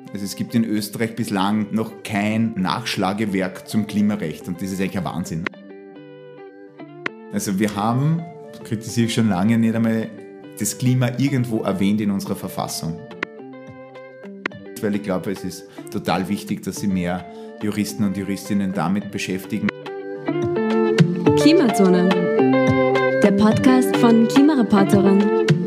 Also es gibt in Österreich bislang noch kein Nachschlagewerk zum Klimarecht und das ist eigentlich ein Wahnsinn. Also wir haben, das kritisiere ich schon lange, nicht einmal das Klima irgendwo erwähnt in unserer Verfassung. Weil ich glaube, es ist total wichtig, dass sich mehr Juristen und Juristinnen damit beschäftigen. Klimazone, der Podcast von Klimareporterin.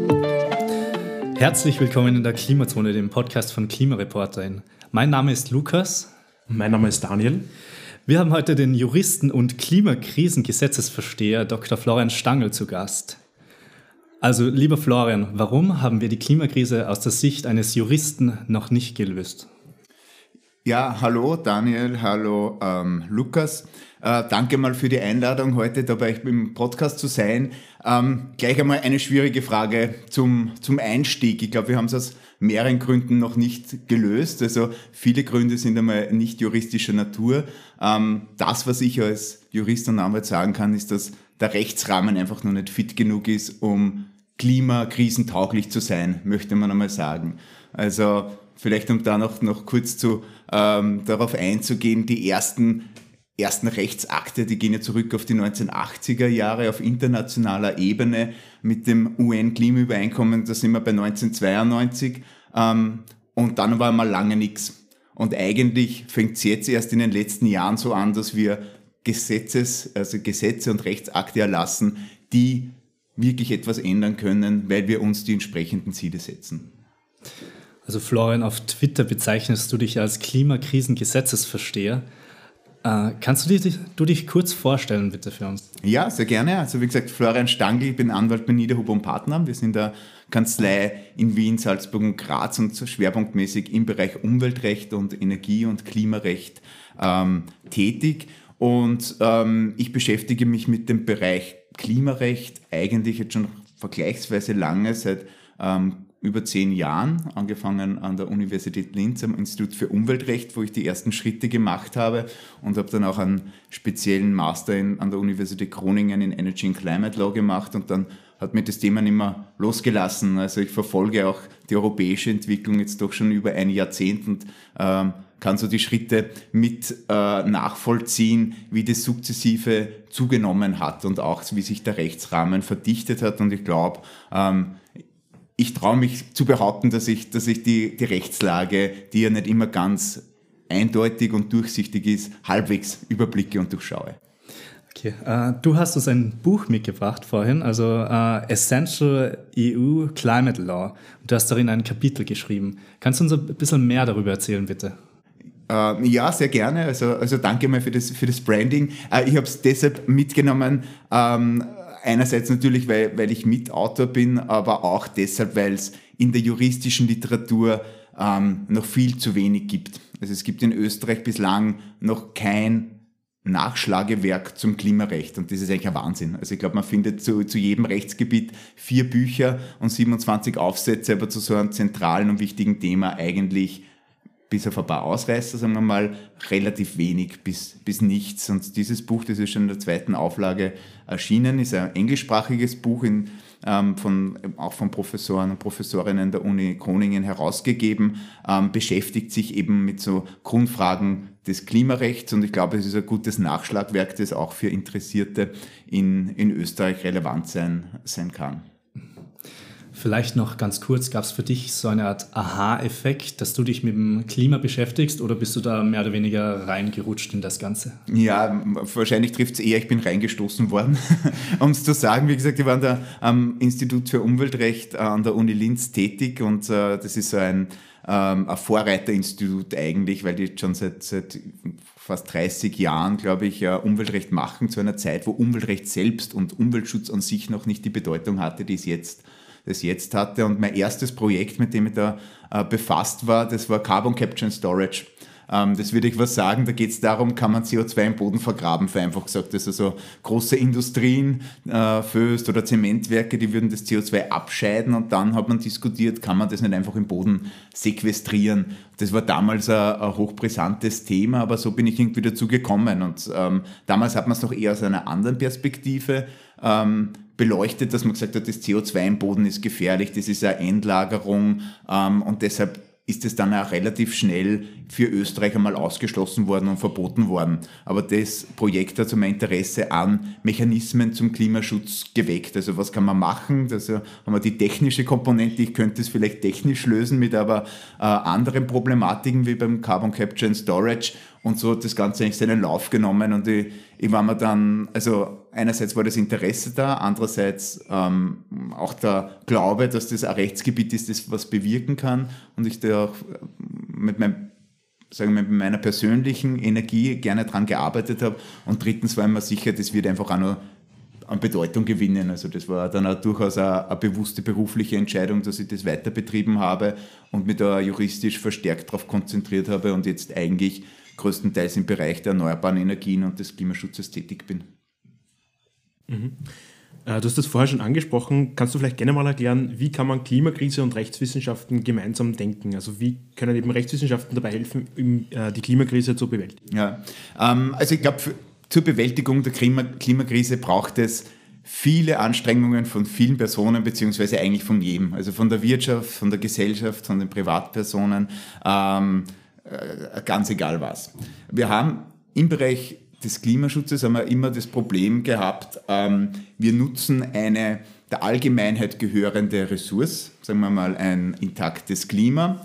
Herzlich willkommen in der Klimazone, dem Podcast von Klimareporterin. Mein Name ist Lukas. Mein Name ist Daniel. Wir haben heute den Juristen und Klimakrisengesetzesversteher Dr. Florian Stangl zu Gast. Also, lieber Florian, warum haben wir die Klimakrise aus der Sicht eines Juristen noch nicht gelöst? Ja, hallo Daniel, hallo Lukas. Danke mal für die Einladung, heute dabei im Podcast zu sein. Gleich einmal eine schwierige Frage zum Einstieg. Ich glaube, wir haben es aus mehreren Gründen noch nicht gelöst. Also viele Gründe sind einmal nicht juristischer Natur. Das, was ich als Jurist und Anwalt sagen kann, ist, dass der Rechtsrahmen einfach noch nicht fit genug ist, um klimakrisentauglich zu sein, möchte man einmal sagen. Also vielleicht um da noch kurz darauf einzugehen, die ersten Rechtsakte, die gehen ja zurück auf die 1980er Jahre auf internationaler Ebene mit dem UN-Klimaübereinkommen, da sind wir bei 1992 und dann war mal lange nichts. Und eigentlich fängt es jetzt erst in den letzten Jahren so an, dass wir Gesetze und Rechtsakte erlassen, die wirklich etwas ändern können, weil wir uns die entsprechenden Ziele setzen. Also Florian, auf Twitter bezeichnest du dich als Klimakrisengesetzesversteher. Kannst du dich kurz vorstellen, bitte, für uns? Ja, sehr gerne. Also wie gesagt, Florian Stangl, ich bin Anwalt bei Niederhuber und Partner. Wir sind der Kanzlei in Wien, Salzburg und Graz und schwerpunktmäßig im Bereich Umweltrecht und Energie- und Klimarecht tätig. Und ich beschäftige mich mit dem Bereich Klimarecht eigentlich jetzt schon vergleichsweise lange, seit über 10 Jahren, angefangen an der Universität Linz am Institut für Umweltrecht, wo ich die ersten Schritte gemacht habe und habe dann auch einen speziellen Master an der Universität Groningen in Energy and Climate Law gemacht und dann hat mir das Thema nicht mehr losgelassen. Also ich verfolge auch die europäische Entwicklung jetzt doch schon über ein Jahrzehnt und kann so die Schritte mit nachvollziehen, wie das sukzessive zugenommen hat und auch wie sich der Rechtsrahmen verdichtet hat. Und ich glaube, ich traue mich zu behaupten, dass ich die Rechtslage, die ja nicht immer ganz eindeutig und durchsichtig ist, halbwegs überblicke und durchschaue. Okay, du hast uns ein Buch mitgebracht vorhin, also Essential EU Climate Law. Und du hast darin ein Kapitel geschrieben. Kannst du uns ein bisschen mehr darüber erzählen, bitte? Ja, sehr gerne. Also danke mal für das Branding. Ich habe es deshalb mitgenommen, einerseits natürlich, weil ich Mitautor bin, aber auch deshalb, weil es in der juristischen Literatur noch viel zu wenig gibt. Also es gibt in Österreich bislang noch kein Nachschlagewerk zum Klimarecht und das ist eigentlich ein Wahnsinn. Also ich glaube, man findet zu jedem Rechtsgebiet 4 Bücher und 27 Aufsätze, aber zu so einem zentralen und wichtigen Thema eigentlich bis auf ein paar Ausreißer, sagen wir mal, relativ wenig bis nichts. Und dieses Buch, das ist schon in der 2. Auflage erschienen, ist ein englischsprachiges Buch, auch von Professoren und Professorinnen der Uni Groningen herausgegeben, beschäftigt sich eben mit so Grundfragen des Klimarechts und ich glaube, es ist ein gutes Nachschlagwerk, das auch für Interessierte in Österreich relevant sein kann. Vielleicht noch ganz kurz, gab es für dich so eine Art Aha-Effekt, dass du dich mit dem Klima beschäftigst oder bist du da mehr oder weniger reingerutscht in das Ganze? Ja, wahrscheinlich trifft es eher, ich bin reingestoßen worden. Um es zu sagen, wie gesagt, ich war am Institut für Umweltrecht an der Uni Linz tätig und das ist so ein Vorreiterinstitut eigentlich, weil die schon seit fast 30 Jahren, glaube ich, Umweltrecht machen, zu einer Zeit, wo Umweltrecht selbst und Umweltschutz an sich noch nicht die Bedeutung hatte, die es jetzt hatte. Und mein erstes Projekt, mit dem ich da befasst war, das war Carbon Capture and Storage. Das würde ich was sagen, da geht es darum, kann man CO2 im Boden vergraben, vereinfacht gesagt. Also so große Industrien, Föst oder Zementwerke, die würden das CO2 abscheiden und dann hat man diskutiert, kann man das nicht einfach im Boden sequestrieren. Das war damals ein hochbrisantes Thema, aber so bin ich irgendwie dazu gekommen und damals hat man es noch eher aus einer anderen Perspektive beleuchtet, dass man gesagt hat, das CO2 im Boden ist gefährlich, das ist eine Endlagerung und deshalb ist es dann auch relativ schnell für Österreich einmal ausgeschlossen worden und verboten worden. Aber das Projekt hat so mein Interesse an Mechanismen zum Klimaschutz geweckt. Also was kann man machen? Also haben wir die technische Komponente, ich könnte es vielleicht technisch lösen mit aber anderen Problematiken wie beim Carbon Capture and Storage. Und so hat das Ganze eigentlich seinen Lauf genommen und ich war mir dann, also einerseits war das Interesse da, andererseits auch der Glaube, dass das ein Rechtsgebiet ist, das was bewirken kann und ich da auch mit meiner persönlichen Energie gerne dran gearbeitet habe. Und drittens war ich mir sicher, das wird einfach auch noch an Bedeutung gewinnen. Also das war dann auch durchaus eine bewusste berufliche Entscheidung, dass ich das weiter betrieben habe und mich da juristisch verstärkt darauf konzentriert habe und jetzt eigentlich größtenteils im Bereich der erneuerbaren Energien und des Klimaschutzes tätig bin. Mhm. Du hast das vorher schon angesprochen. Kannst du vielleicht gerne mal erklären, wie kann man Klimakrise und Rechtswissenschaften gemeinsam denken? Also wie können eben Rechtswissenschaften dabei helfen, die Klimakrise zu bewältigen? Ja, also ich glaube, zur Bewältigung der Klimakrise braucht es viele Anstrengungen von vielen Personen, beziehungsweise eigentlich von jedem. Also von der Wirtschaft, von der Gesellschaft, von den Privatpersonen, ganz egal was. Wir haben im Bereich des Klimaschutzes haben wir immer das Problem gehabt, wir nutzen eine der Allgemeinheit gehörende Ressource, sagen wir mal ein intaktes Klima,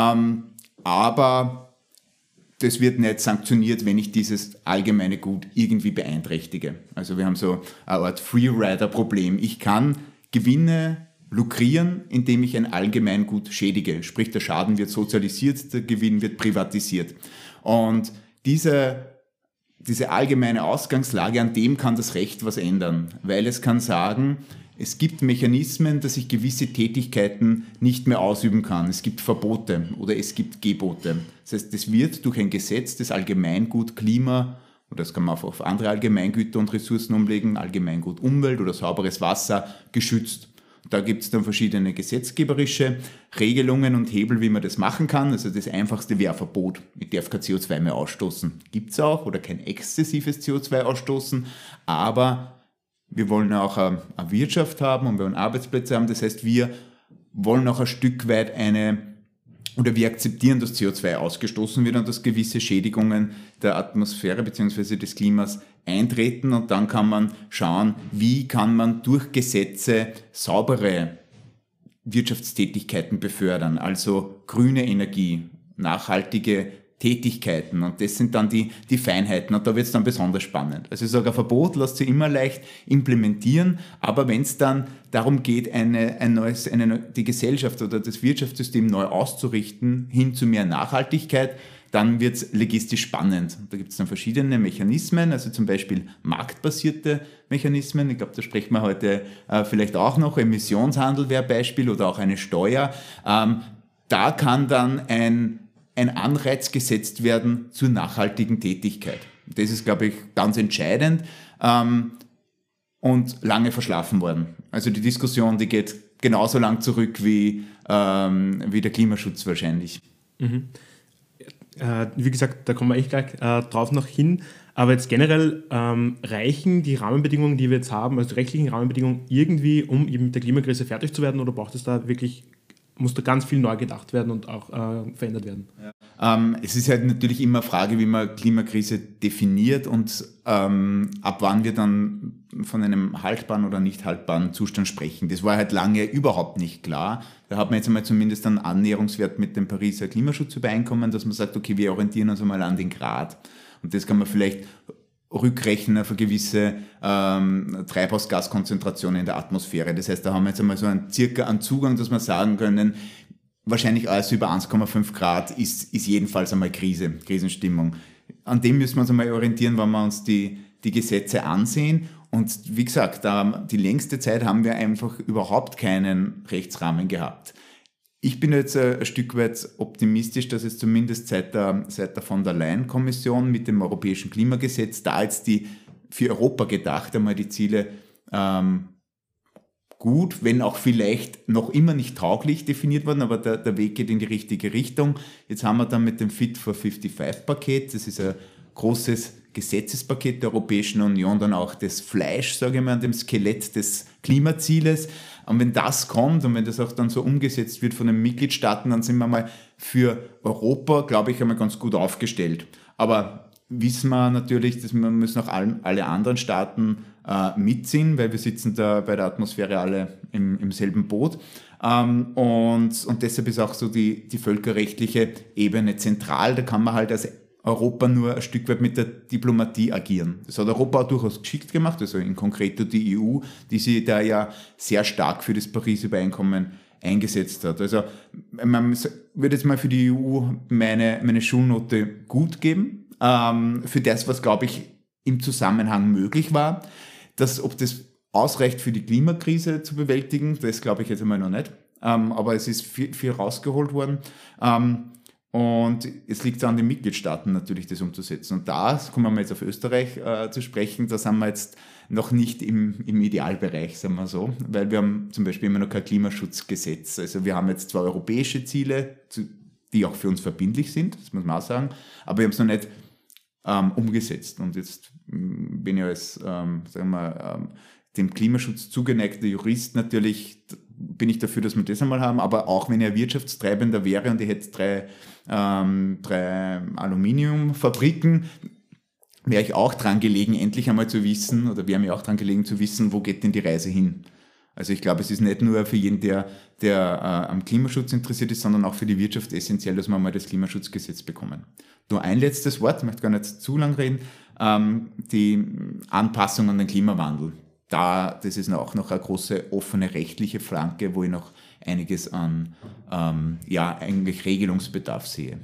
aber das wird nicht sanktioniert, wenn ich dieses allgemeine Gut irgendwie beeinträchtige. Also wir haben so eine Art Freerider-Problem. Ich kann Gewinne lukrieren, indem ich ein Allgemeingut schädige. Sprich, der Schaden wird sozialisiert, der Gewinn wird privatisiert. Und diese allgemeine Ausgangslage, an dem kann das Recht was ändern, weil es kann sagen, es gibt Mechanismen, dass ich gewisse Tätigkeiten nicht mehr ausüben kann. Es gibt Verbote oder es gibt Gebote. Das heißt, es wird durch ein Gesetz das Allgemeingut Klima, oder das kann man auch auf andere Allgemeingüter und Ressourcen umlegen, Allgemeingut Umwelt oder sauberes Wasser, geschützt. Da gibt es dann verschiedene gesetzgeberische Regelungen und Hebel, wie man das machen kann. Also das Einfachste wäre Verbot. Ich darf kein CO2 mehr ausstoßen. Gibt es auch, oder kein exzessives CO2 ausstoßen. Aber wir wollen auch eine Wirtschaft haben und wir wollen Arbeitsplätze haben. Das heißt, wir wollen auch ein Stück weit wir akzeptieren, dass CO2 ausgestoßen wird und dass gewisse Schädigungen der Atmosphäre bzw. des Klimas eintreten, und dann kann man schauen, wie kann man durch Gesetze saubere Wirtschaftstätigkeiten befördern, also grüne Energie, nachhaltige Tätigkeiten, und das sind dann die Feinheiten, und da wird es dann besonders spannend. Also ich sage, ein Verbot lässt sich immer leicht implementieren, aber wenn es dann darum geht, die Gesellschaft oder das Wirtschaftssystem neu auszurichten, hin zu mehr Nachhaltigkeit, dann wird es legistisch spannend. Da gibt es dann verschiedene Mechanismen, also zum Beispiel marktbasierte Mechanismen. Ich glaube, da sprechen wir heute vielleicht auch noch. Emissionshandel wäre ein Beispiel oder auch eine Steuer. Da kann dann ein Anreiz gesetzt werden zur nachhaltigen Tätigkeit. Das ist, glaube ich, ganz entscheidend und lange verschlafen worden. Also die Diskussion, die geht genauso lang zurück wie der Klimaschutz wahrscheinlich. Mhm. Wie gesagt, da kommen wir echt gleich drauf noch hin. Aber jetzt generell reichen die Rahmenbedingungen, die wir jetzt haben, also die rechtlichen Rahmenbedingungen irgendwie, um eben mit der Klimakrise fertig zu werden, oder braucht es da wirklich, muss da ganz viel neu gedacht werden und auch verändert werden? Ja. Es ist halt natürlich immer eine Frage, wie man Klimakrise definiert und ab wann wir dann von einem haltbaren oder nicht haltbaren Zustand sprechen. Das war halt lange überhaupt nicht klar. Da hat man jetzt einmal zumindest einen Annäherungswert mit dem Pariser Klimaschutzübereinkommen, dass man sagt, okay, wir orientieren uns einmal an den Grad. Und das kann man vielleicht rückrechnen auf eine gewisse Treibhausgaskonzentration in der Atmosphäre. Das heißt, da haben wir jetzt einmal so circa einen Zugang, dass wir sagen können, wahrscheinlich alles über 1,5 Grad ist jedenfalls einmal Krisenstimmung. An dem müssen wir uns einmal orientieren, wenn wir uns die Gesetze ansehen. Und wie gesagt, die längste Zeit haben wir einfach überhaupt keinen Rechtsrahmen gehabt. Ich bin jetzt ein Stück weit optimistisch, dass es zumindest seit der von der Leyen-Kommission mit dem Europäischen Klimagesetz da jetzt die für Europa gedacht einmal die Ziele gut, wenn auch vielleicht noch immer nicht tauglich definiert worden, aber der Weg geht in die richtige Richtung. Jetzt haben wir dann mit dem Fit for 55-Paket, das ist ein großes Gesetzespaket der Europäischen Union, dann auch das Fleisch, sage ich mal, an dem Skelett des Klimazieles. Und wenn das kommt und wenn das auch dann so umgesetzt wird von den Mitgliedstaaten, dann sind wir mal für Europa, glaube ich, einmal ganz gut aufgestellt. Aber wissen wir natürlich, dass wir müssen auch alle anderen Staaten mitziehen, weil wir sitzen da bei der Atmosphäre alle im selben Boot. Und deshalb ist auch so die völkerrechtliche Ebene zentral. Da kann man halt als Europa nur ein Stück weit mit der Diplomatie agieren. Das hat Europa auch durchaus geschickt gemacht, also in konkreto die EU, die sich da ja sehr stark für das Paris-Übereinkommen eingesetzt hat. Also man würde jetzt mal für die EU meine Schulnote gut geben, für das, was, glaube ich, im Zusammenhang möglich war. Ob das ausreicht für die Klimakrise zu bewältigen, das glaube ich jetzt einmal noch nicht. Aber es ist viel rausgeholt worden. Und es liegt an den Mitgliedstaaten natürlich, das umzusetzen. Und da kommen wir jetzt auf Österreich zu sprechen, da sind wir jetzt noch nicht im Idealbereich, sagen wir so, weil wir haben zum Beispiel immer noch kein Klimaschutzgesetz. Also wir haben jetzt zwar europäische Ziele, die auch für uns verbindlich sind, das muss man auch sagen, aber wir haben es noch nicht umgesetzt. Und jetzt bin ich als, sagen wir, dem Klimaschutz zugeneigter Jurist natürlich, bin ich dafür, dass wir das einmal haben, aber auch wenn ich ein Wirtschaftstreibender wäre und ich hätte drei Aluminiumfabriken, wäre ich auch dran gelegen, endlich einmal zu wissen, oder wäre mir auch dran gelegen zu wissen, wo geht denn die Reise hin? Also ich glaube, es ist nicht nur für jeden, der am Klimaschutz interessiert ist, sondern auch für die Wirtschaft essentiell, dass wir mal das Klimaschutzgesetz bekommen. Nur ein letztes Wort, ich möchte gar nicht zu lang reden, die Anpassung an den Klimawandel. Das ist auch noch eine große offene rechtliche Flanke, wo ich noch einiges an eigentlich Regelungsbedarf sehe.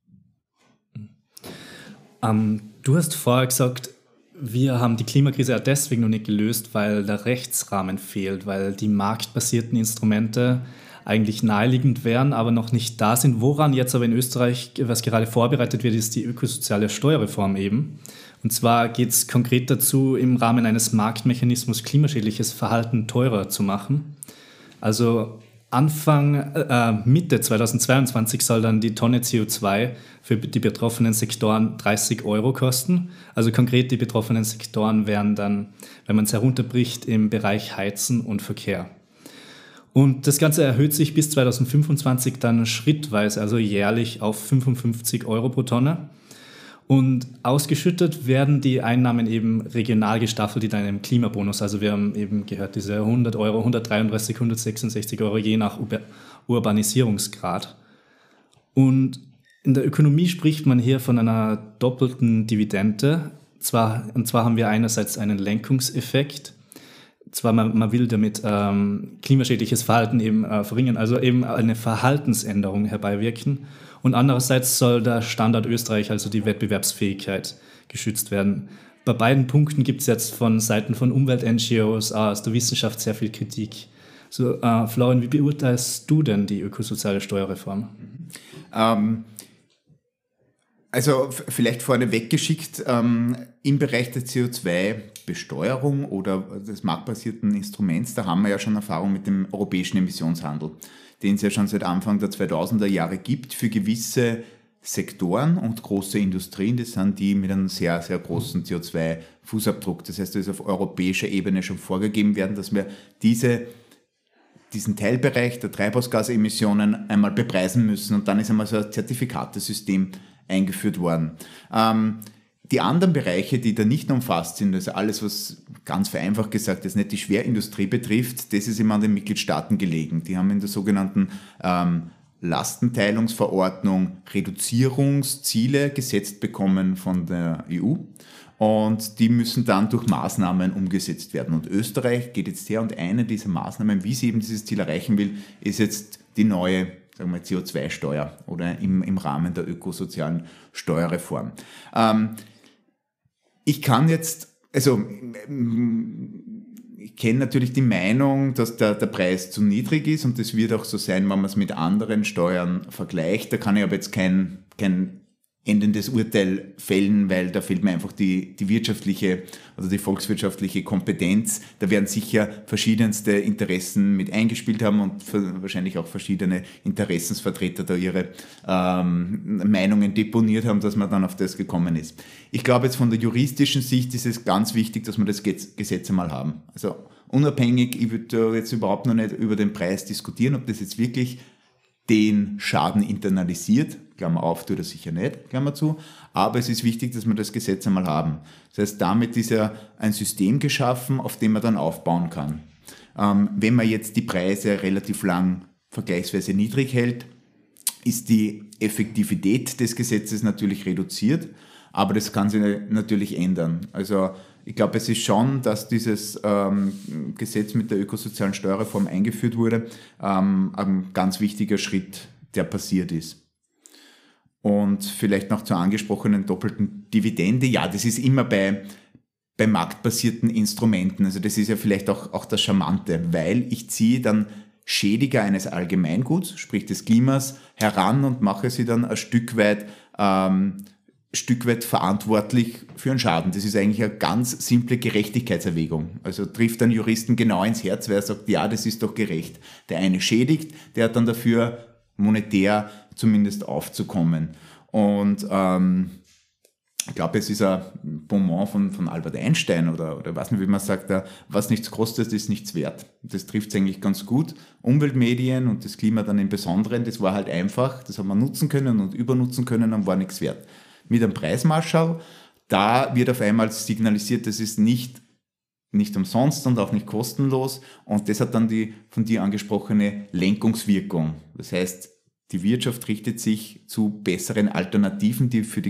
Du hast vorher gesagt, wir haben die Klimakrise auch deswegen noch nicht gelöst, weil der Rechtsrahmen fehlt, weil die marktbasierten Instrumente eigentlich naheliegend wären, aber noch nicht da sind. Woran jetzt aber in Österreich, was gerade vorbereitet wird, ist die ökosoziale Steuerreform eben. Und zwar geht es konkret dazu, im Rahmen eines Marktmechanismus klimaschädliches Verhalten teurer zu machen. Also Mitte 2022 soll dann die Tonne CO2 für die betroffenen Sektoren 30 € kosten. Also konkret die betroffenen Sektoren wären dann, wenn man es herunterbricht, im Bereich Heizen und Verkehr. Und das Ganze erhöht sich bis 2025 dann schrittweise, also jährlich auf 55 € pro Tonne. Und ausgeschüttet werden die Einnahmen eben regional gestaffelt in einem Klimabonus. Also wir haben eben gehört, diese 100 €, 133, 166 € je nach Urbanisierungsgrad. Und in der Ökonomie spricht man hier von einer doppelten Dividende. Und zwar haben wir einerseits einen Lenkungseffekt. Man will damit klimaschädliches Verhalten eben verringern, also eben eine Verhaltensänderung herbeiwirken. Und andererseits soll der Standort Österreich, also die Wettbewerbsfähigkeit, geschützt werden. Bei beiden Punkten gibt es jetzt von Seiten von Umwelt-NGOs aus der Wissenschaft sehr viel Kritik. So, Florian, wie beurteilst du denn die ökosoziale Steuerreform? Also vielleicht vorne weggeschickt, im Bereich der CO2-Besteuerung oder des marktbasierten Instruments, da haben wir ja schon Erfahrung mit dem europäischen Emissionshandel, den es ja schon seit Anfang der 2000er Jahre gibt für gewisse Sektoren und große Industrien. Das sind die mit einem sehr, sehr großen CO2-Fußabdruck. Das heißt, es ist auf europäischer Ebene schon vorgegeben werden, dass wir diesen Teilbereich der Treibhausgasemissionen einmal bepreisen müssen. Und dann ist einmal so ein Zertifikatesystem eingeführt worden. Die anderen Bereiche, die da nicht umfasst sind, also alles, was ganz vereinfacht gesagt jetzt nicht die Schwerindustrie betrifft, das ist immer an den Mitgliedstaaten gelegen. Die haben in der sogenannten Lastenteilungsverordnung Reduzierungsziele gesetzt bekommen von der EU und die müssen dann durch Maßnahmen umgesetzt werden. Und Österreich geht jetzt her und eine dieser Maßnahmen, wie sie eben dieses Ziel erreichen will, ist jetzt die neue, sagen wir, CO2-Steuer oder im Rahmen der ökosozialen Steuerreform. Ich kann jetzt, also ich kenne natürlich die Meinung, dass der Preis zu niedrig ist und das wird auch so sein, wenn man es mit anderen Steuern vergleicht. Da kann ich aber jetzt kein endendes Urteil fällen, weil da fehlt mir einfach die wirtschaftliche oder die volkswirtschaftliche Kompetenz. Da werden sicher verschiedenste Interessen mit eingespielt haben und wahrscheinlich auch verschiedene Interessensvertreter da ihre Meinungen deponiert haben, dass man dann auf das gekommen ist. Ich glaube jetzt von der juristischen Sicht ist es ganz wichtig, dass wir das Gesetz einmal haben. Also unabhängig, ich würde jetzt überhaupt noch nicht über den Preis diskutieren, ob das jetzt wirklich den Schaden internalisiert, Klammer auf, tut er sicher nicht, Klammer zu, aber es ist wichtig, dass wir das Gesetz einmal haben. Das heißt, damit ist ja ein System geschaffen, auf dem man dann aufbauen kann. Wenn man jetzt die Preise relativ lang vergleichsweise niedrig hält, ist die Effektivität des Gesetzes natürlich reduziert, aber das kann sich natürlich ändern. Also ich glaube, es ist schon, dass dieses Gesetz mit der ökosozialen Steuerreform eingeführt wurde, ein ganz wichtiger Schritt, der passiert ist. Und vielleicht noch zur angesprochenen doppelten Dividende. Ja, das ist immer bei marktbasierten Instrumenten. Also das ist ja vielleicht auch das Charmante, weil ich ziehe dann Schädiger eines Allgemeinguts, sprich des Klimas, heran und mache sie dann ein Stück weit verantwortlich für einen Schaden. Das ist eigentlich eine ganz simple Gerechtigkeitserwägung. Also trifft einen Juristen genau ins Herz, weil er sagt, ja, das ist doch gerecht. Der eine schädigt, der hat dann dafür monetär zumindest aufzukommen. Und ich glaube, es ist ein Bonmot von Albert Einstein oder weiß nicht, wie man sagt, was nichts kostet, ist nichts wert. Das trifft es eigentlich ganz gut. Umweltmedien und das Klima dann im Besonderen, das war halt einfach, das haben wir nutzen können und übernutzen können und war nichts wert. Mit einem Preismarschall, da wird auf einmal signalisiert, das ist nicht umsonst und auch nicht kostenlos und das hat dann die von dir angesprochene Lenkungswirkung. Das heißt, die Wirtschaft richtet sich zu besseren Alternativen, die für die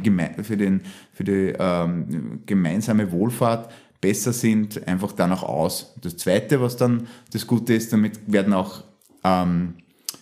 gemeinsame Wohlfahrt besser sind, einfach danach aus. Das Zweite, was dann das Gute ist, damit werden auch ein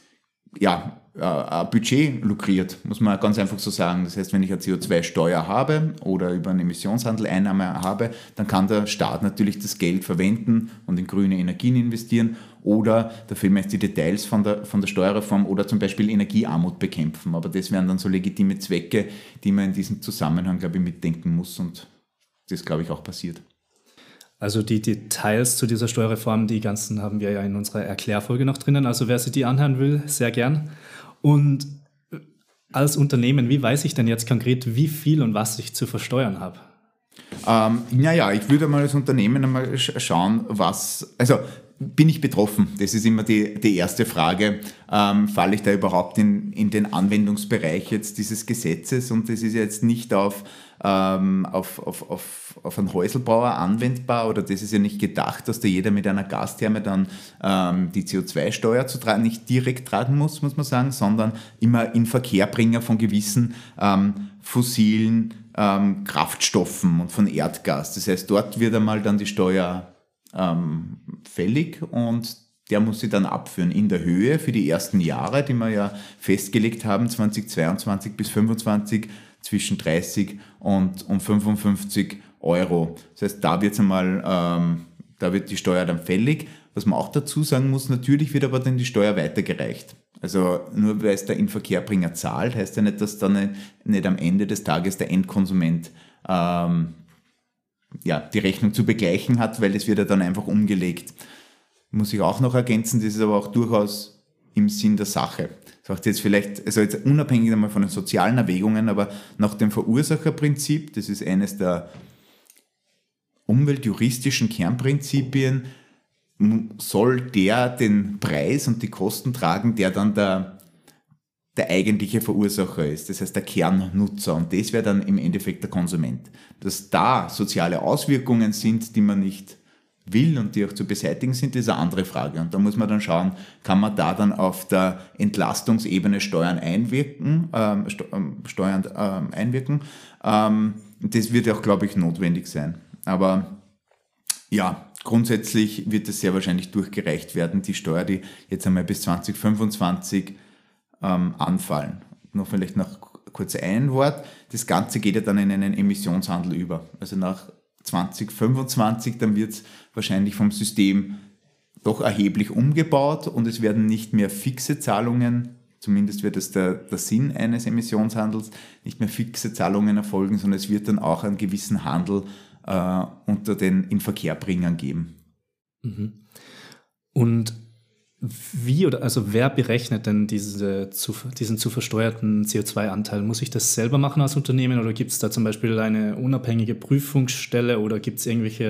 Budget lukriert, muss man ganz einfach so sagen. Das heißt, wenn ich eine CO2-Steuer habe oder über einen Emissionshandel Einnahme habe, dann kann der Staat natürlich das Geld verwenden und in grüne Energien investieren oder, da fehlen mir jetzt die Details von der Steuerreform, oder zum Beispiel Energiearmut bekämpfen. Aber das wären dann so legitime Zwecke, die man in diesem Zusammenhang, glaube ich, mitdenken muss und das, glaube ich, auch passiert. Also die Details zu dieser Steuerreform, die ganzen haben wir ja in unserer Erklärfolge noch drinnen. Also wer sich die anhören will, sehr gern. Und als Unternehmen, wie weiß ich denn jetzt konkret, wie viel und was ich zu versteuern habe? Ich würde mal als Unternehmen einmal schauen, bin ich betroffen? Das ist immer die erste Frage. Falle ich da überhaupt in den Anwendungsbereich jetzt dieses Gesetzes? Und das ist jetzt nicht auf einen Häuselbauer anwendbar, oder das ist ja nicht gedacht, dass da jeder mit einer Gastherme dann die CO2-Steuer nicht direkt tragen muss man sagen, sondern immer in Verkehrbringer von gewissen fossilen Kraftstoffen und von Erdgas. Das heißt, dort wird einmal dann die Steuer fällig und der muss sie dann abführen in der Höhe für die ersten Jahre, die wir ja festgelegt haben, 2022 bis 2025 zwischen 30 und 55 Euro. Das heißt, da wird die Steuer dann fällig. Was man auch dazu sagen muss, natürlich wird aber dann die Steuer weitergereicht. Also nur weil es der Inverkehrbringer zahlt, heißt ja nicht, dass dann nicht am Ende des Tages der Endkonsument die Rechnung zu begleichen hat, weil es wird ja dann einfach umgelegt. Muss ich auch noch ergänzen, das ist aber auch durchaus im Sinn der Sache. Das heißt jetzt vielleicht, also jetzt unabhängig einmal von den sozialen Erwägungen, aber nach dem Verursacherprinzip, das ist eines der umweltjuristischen Kernprinzipien, soll der den Preis und die Kosten tragen, der dann der eigentliche Verursacher ist, das heißt der Kernnutzer, und das wäre dann im Endeffekt der Konsument. Dass da soziale Auswirkungen sind, die man nicht will und die auch zu beseitigen sind, ist eine andere Frage. Und da muss man dann schauen, kann man da dann auf der Entlastungsebene Steuern einwirken. Das wird auch, glaube ich, notwendig sein. Aber ja, grundsätzlich wird es sehr wahrscheinlich durchgereicht werden, die Steuer, die jetzt einmal bis 2025 anfallen. Vielleicht noch kurz ein Wort. Das Ganze geht ja dann in einen Emissionshandel über. Also nach 2025, dann wird es wahrscheinlich vom System doch erheblich umgebaut und es werden nicht mehr fixe Zahlungen, zumindest wird es der Sinn eines Emissionshandels, nicht mehr fixe Zahlungen erfolgen, sondern es wird dann auch einen gewissen Handel unter den Inverkehrbringern geben. Mhm. Und wer berechnet denn diesen zu versteuerten CO2-Anteil? Muss ich das selber machen als Unternehmen oder gibt es da zum Beispiel eine unabhängige Prüfungsstelle oder gibt es irgendwelche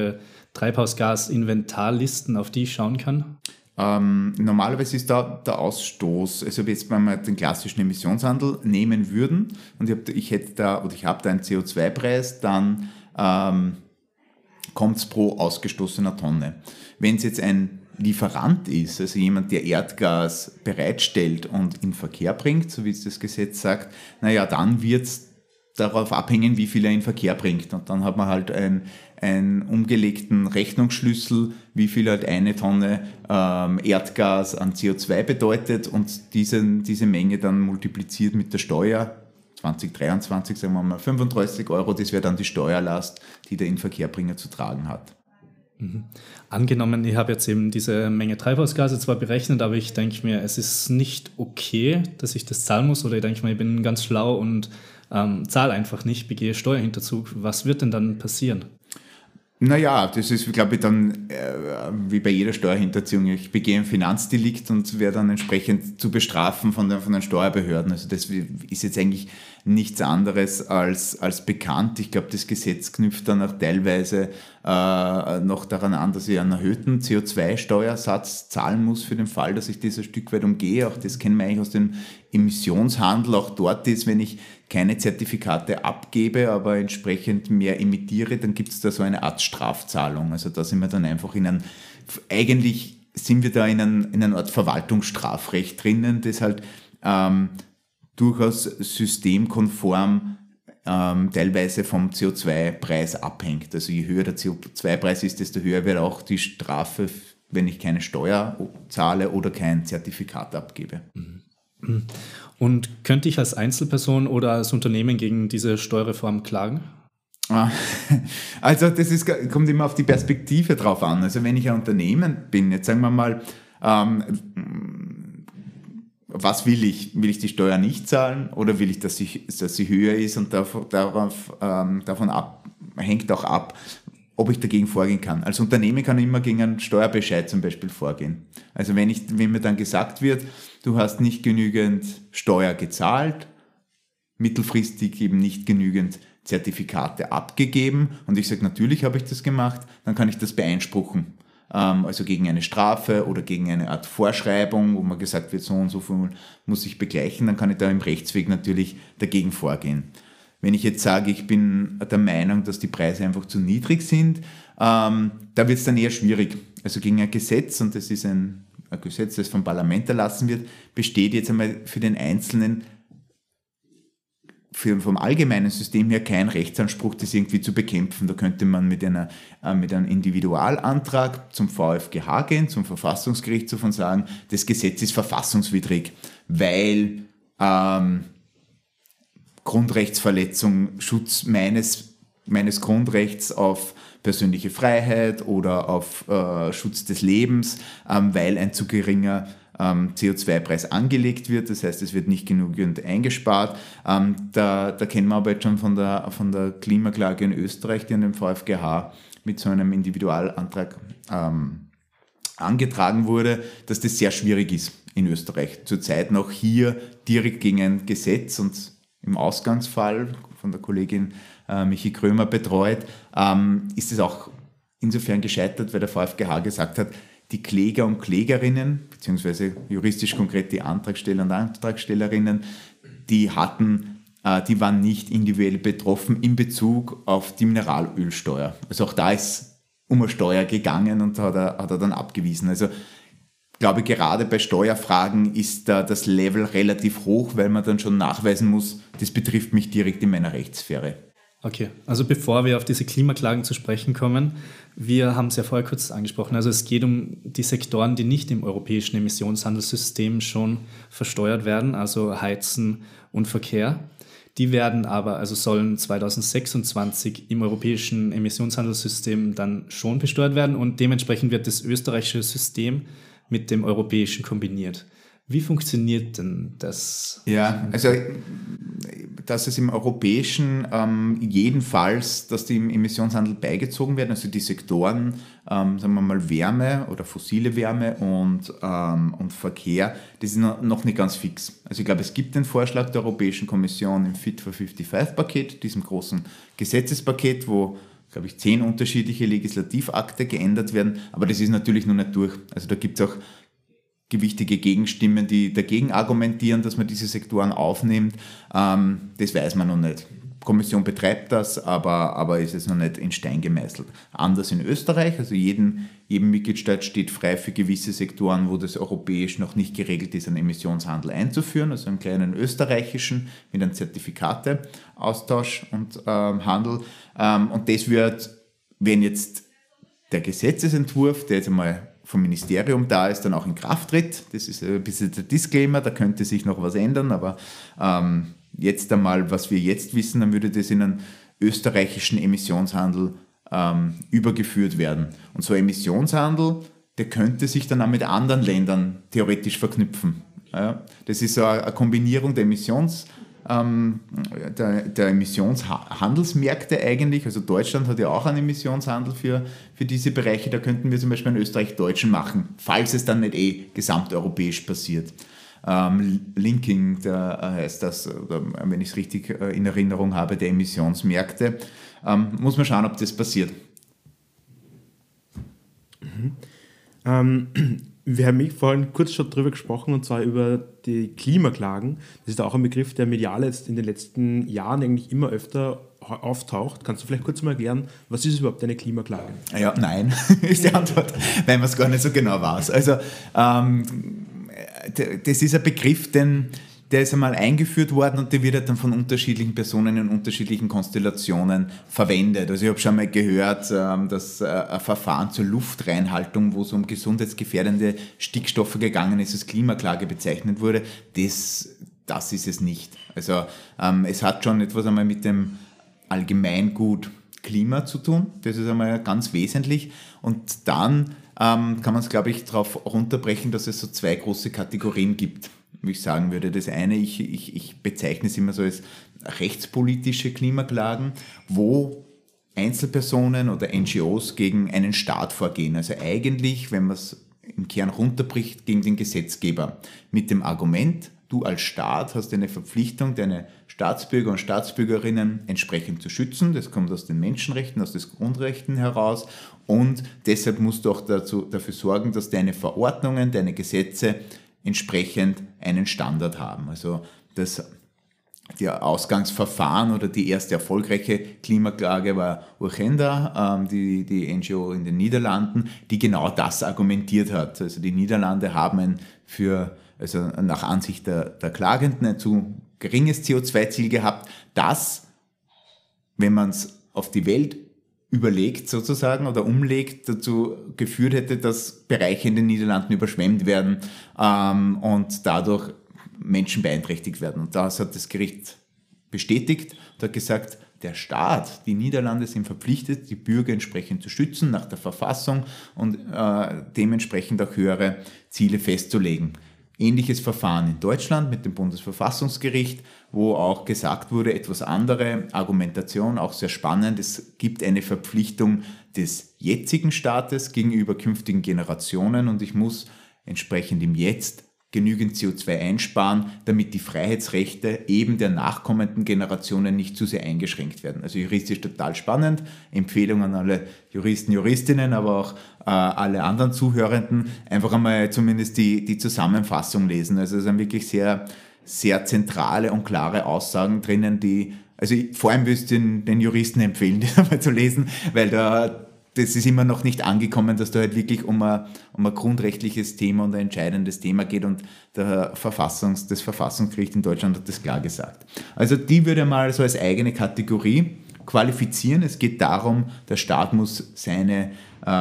Treibhausgasinventarlisten, auf die ich schauen kann? Normalerweise ist da der Ausstoß, also jetzt wenn wir den klassischen Emissionshandel nehmen würden und ich habe da einen CO2-Preis, dann kommt es pro ausgestoßener Tonne. Wenn es jetzt ein Lieferant ist, also jemand, der Erdgas bereitstellt und in Verkehr bringt, so wie es das Gesetz sagt, naja, dann wird es darauf abhängen, wie viel er in Verkehr bringt. Und dann hat man halt einen umgelegten Rechnungsschlüssel, wie viel halt eine Tonne Erdgas an CO2 bedeutet und diese Menge dann multipliziert mit der Steuer. 2023, sagen wir mal 35 €, das wäre dann die Steuerlast, die der Inverkehrbringer zu tragen hat. Mhm. Angenommen, ich habe jetzt eben diese Menge Treibhausgase zwar berechnet, aber ich denke mir, es ist nicht okay, dass ich das zahlen muss, oder ich denke mir, ich bin ganz schlau und zahle einfach nicht, begehe Steuerhinterzug. Was wird denn dann passieren? Naja, das ist, glaube ich, dann wie bei jeder Steuerhinterziehung. Ich begehe ein Finanzdelikt und werde dann entsprechend zu bestrafen von den Steuerbehörden. Also das ist jetzt eigentlich nichts anderes als bekannt. Ich glaube, das Gesetz knüpft dann auch teilweise noch daran an, dass ich einen erhöhten CO2-Steuersatz zahlen muss für den Fall, dass ich das ein Stück weit umgehe. Auch das kennen wir eigentlich aus dem Emissionshandel. Auch dort ist, wenn ich keine Zertifikate abgebe, aber entsprechend mehr emittiere, dann gibt es da so eine Art Strafzahlung. Also da sind wir dann einfach eigentlich sind wir da in einer Art Verwaltungsstrafrecht drinnen, das halt durchaus systemkonform teilweise vom CO2-Preis abhängt. Also je höher der CO2-Preis ist, desto höher wird auch die Strafe, wenn ich keine Steuer zahle oder kein Zertifikat abgebe. Und könnte ich als Einzelperson oder als Unternehmen gegen diese Steuerreform klagen? Also das kommt immer auf die Perspektive drauf an. Also wenn ich ein Unternehmen bin, jetzt sagen wir mal, was will ich? Will ich die Steuer nicht zahlen oder will ich, dass sie höher ist, und davon hängt auch ab, ob ich dagegen vorgehen kann. Als Unternehmen kann ich immer gegen einen Steuerbescheid zum Beispiel vorgehen. Also wenn mir dann gesagt wird, du hast nicht genügend Steuer gezahlt, mittelfristig eben nicht genügend Zertifikate abgegeben, und ich sage, natürlich habe ich das gemacht, dann kann ich das beeinspruchen. Also gegen eine Strafe oder gegen eine Art Vorschreibung, wo man gesagt wird, so und so viel muss ich begleichen, dann kann ich da im Rechtsweg natürlich dagegen vorgehen. Wenn ich jetzt sage, ich bin der Meinung, dass die Preise einfach zu niedrig sind, da wird es dann eher schwierig. Also gegen ein Gesetz, und das ist ein Gesetz, das vom Parlament erlassen wird, besteht jetzt einmal für den Einzelnen vom allgemeinen System her kein Rechtsanspruch, das irgendwie zu bekämpfen. Da könnte man mit einem Individualantrag zum VfGH gehen, zum Verfassungsgerichtshof, und sagen, das Gesetz ist verfassungswidrig, weil Grundrechtsverletzung, Schutz meines Grundrechts auf persönliche Freiheit oder auf Schutz des Lebens, weil ein zu geringer CO2-Preis angelegt wird, das heißt, es wird nicht genügend eingespart. Da kennen wir aber jetzt schon von der Klimaklage in Österreich, die an den VfGH mit so einem Individualantrag angetragen wurde, dass das sehr schwierig ist in Österreich. Zurzeit noch hier direkt gegen ein Gesetz, und im Ausgangsfall von der Kollegin Michi Krömer betreut, ist es auch insofern gescheitert, weil der VfGH gesagt hat, die Kläger und Klägerinnen, beziehungsweise juristisch konkret die Antragsteller und Antragstellerinnen, die waren nicht individuell betroffen in Bezug auf die Mineralölsteuer. Also auch da ist um eine Steuer gegangen, und hat er dann abgewiesen. Also ich glaube, gerade bei Steuerfragen ist da das Level relativ hoch, weil man dann schon nachweisen muss, das betrifft mich direkt in meiner Rechtssphäre. Okay, also bevor wir auf diese Klimaklagen zu sprechen kommen, wir haben es ja vorher kurz angesprochen, also es geht um die Sektoren, die nicht im europäischen Emissionshandelssystem schon versteuert werden, also Heizen und Verkehr. Die werden aber, also sollen 2026 im europäischen Emissionshandelssystem dann schon besteuert werden, und dementsprechend wird das österreichische System mit dem europäischen kombiniert. Wie funktioniert denn das? Ja, also dass es im europäischen jedenfalls, dass die im Emissionshandel beigezogen werden, also die Sektoren, sagen wir mal Wärme oder fossile Wärme und Verkehr, das ist noch nicht ganz fix. Also ich glaube, es gibt den Vorschlag der Europäischen Kommission im Fit for 55-Paket, diesem großen Gesetzespaket, wo glaube ich, 10 unterschiedliche Legislativakte geändert werden, aber das ist natürlich noch nicht durch. Also da gibt es auch gewichtige Gegenstimmen, die dagegen argumentieren, dass man diese Sektoren aufnimmt. Das weiß man noch nicht. Die Kommission betreibt das, aber ist es noch nicht in Stein gemeißelt. Anders in Österreich, also jedem Mitgliedstaat steht frei, für gewisse Sektoren, wo das europäisch noch nicht geregelt ist, einen Emissionshandel einzuführen, also einen kleinen österreichischen mit einem Zertifikateaustausch und Handel. Und das wird, wenn jetzt der Gesetzesentwurf, der jetzt einmal vom Ministerium da ist, dann auch in Kraft tritt. Das ist ein bisschen der Disclaimer, da könnte sich noch was ändern, aber jetzt einmal, was wir jetzt wissen, dann würde das in einen österreichischen Emissionshandel übergeführt werden. Und so ein Emissionshandel, der könnte sich dann auch mit anderen Ländern theoretisch verknüpfen. Ja, das ist so eine Kombinierung der Emissionshandelsmärkte eigentlich. Also Deutschland hat ja auch einen Emissionshandel für diese Bereiche. Da könnten wir zum Beispiel einen österreich-deutschen machen, falls es dann nicht gesamteuropäisch passiert. Linking, da heißt das, oder wenn ich es richtig in Erinnerung habe, der Emissionsmärkte. Muss man schauen, ob das passiert. Wir haben vorhin kurz schon drüber gesprochen, und zwar über die Klimaklagen. Das ist auch ein Begriff, der medial jetzt in den letzten Jahren eigentlich immer öfter auftaucht. Kannst du vielleicht kurz mal erklären, was ist überhaupt eine Klimaklage? Ja, nein, ist die Antwort, weil man es gar nicht so genau weiß. Also das ist ein Begriff, der ist einmal eingeführt worden und der wird dann von unterschiedlichen Personen in unterschiedlichen Konstellationen verwendet. Also ich habe schon mal gehört, dass ein Verfahren zur Luftreinhaltung, wo es um gesundheitsgefährdende Stickstoffe gegangen ist, als Klimaklage bezeichnet wurde. Das ist es nicht. Also es hat schon etwas einmal mit dem Allgemeingut Klima zu tun. Das ist einmal ganz wesentlich. Und dann kann man es, glaube ich, darauf runterbrechen, dass es so 2 große Kategorien gibt, wie ich sagen würde. Das eine, ich bezeichne es immer so als rechtspolitische Klimaklagen, wo Einzelpersonen oder NGOs gegen einen Staat vorgehen. Also eigentlich, wenn man es im Kern runterbricht, gegen den Gesetzgeber. Mit dem Argument, du als Staat hast eine Verpflichtung, deine Staatsbürger und Staatsbürgerinnen entsprechend zu schützen. Das kommt aus den Menschenrechten, aus den Grundrechten heraus. Und deshalb musst du auch dafür sorgen, dass deine Verordnungen, deine Gesetze entsprechend einen Standard haben. Also die Ausgangsverfahren oder die erste erfolgreiche Klimaklage war Urgenda, die NGO in den Niederlanden, die genau das argumentiert hat. Also die Niederlande haben nach Ansicht der Klagenden ein zu geringes CO2-Ziel gehabt, das, wenn man es auf die Welt überlegt sozusagen oder umlegt, dazu geführt hätte, dass Bereiche in den Niederlanden überschwemmt werden und dadurch Menschen beeinträchtigt werden. Und das hat das Gericht bestätigt und hat gesagt, der Staat, die Niederlande sind verpflichtet, die Bürger entsprechend zu schützen nach der Verfassung und dementsprechend auch höhere Ziele festzulegen. Ähnliches Verfahren in Deutschland mit dem Bundesverfassungsgericht, wo auch gesagt wurde, etwas andere Argumentation, auch sehr spannend, es gibt eine Verpflichtung des jetzigen Staates gegenüber künftigen Generationen und ich muss entsprechend im Jetzt genügend CO2 einsparen, damit die Freiheitsrechte eben der nachkommenden Generationen nicht zu sehr eingeschränkt werden. Also juristisch total spannend, Empfehlung an alle Juristen, Juristinnen, aber auch alle anderen Zuhörenden, einfach einmal zumindest die Zusammenfassung lesen. Also es sind wirklich sehr, sehr zentrale und klare Aussagen drinnen, vor allem würde ich den Juristen empfehlen, das einmal zu lesen, weil das ist immer noch nicht angekommen, dass da halt wirklich um ein grundrechtliches Thema und ein entscheidendes Thema geht und das Verfassungsgericht in Deutschland hat das klar gesagt. Also die würde man so als eigene Kategorie qualifizieren. Es geht darum, der Staat muss seine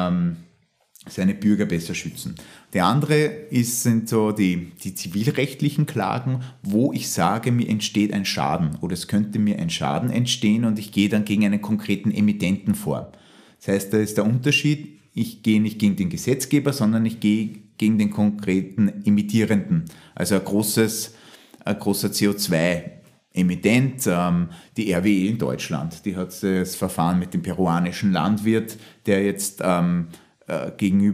Bürger besser schützen. Der andere sind so die zivilrechtlichen Klagen, wo ich sage, mir entsteht ein Schaden oder es könnte mir ein Schaden entstehen und ich gehe dann gegen einen konkreten Emittenten vor. Das heißt, da ist der Unterschied, ich gehe nicht gegen den Gesetzgeber, sondern ich gehe gegen den konkreten Emittierenden. Also ein großer CO2-Emittent, die RWE in Deutschland, die hat das Verfahren mit dem peruanischen Landwirt, der jetzt dagegen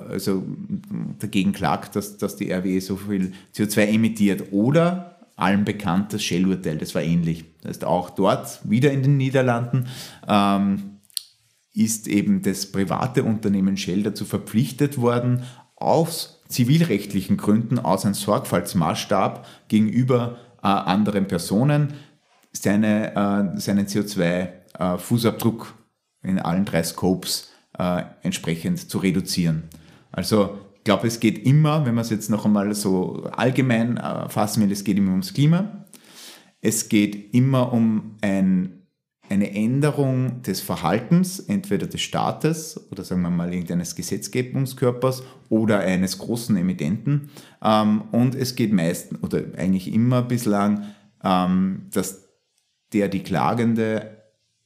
klagt, dass die RWE so viel CO2 emittiert. Oder allen bekannt das Shell-Urteil, das war ähnlich. Das heißt auch dort, wieder in den Niederlanden, ist eben das private Unternehmen Shell dazu verpflichtet worden, aus zivilrechtlichen Gründen, aus einem Sorgfaltsmaßstab gegenüber anderen Personen, seinen CO2-Fußabdruck in allen 3 Scopes entsprechend zu reduzieren. Also ich glaube, es geht immer, wenn man es jetzt noch einmal so allgemein fassen will, es geht immer ums Klima. Es geht immer um eine Änderung des Verhaltens, entweder des Staates oder sagen wir mal irgendeines Gesetzgebungskörpers oder eines großen Emittenten. Und es geht meistens oder eigentlich immer bislang, dass die Klagende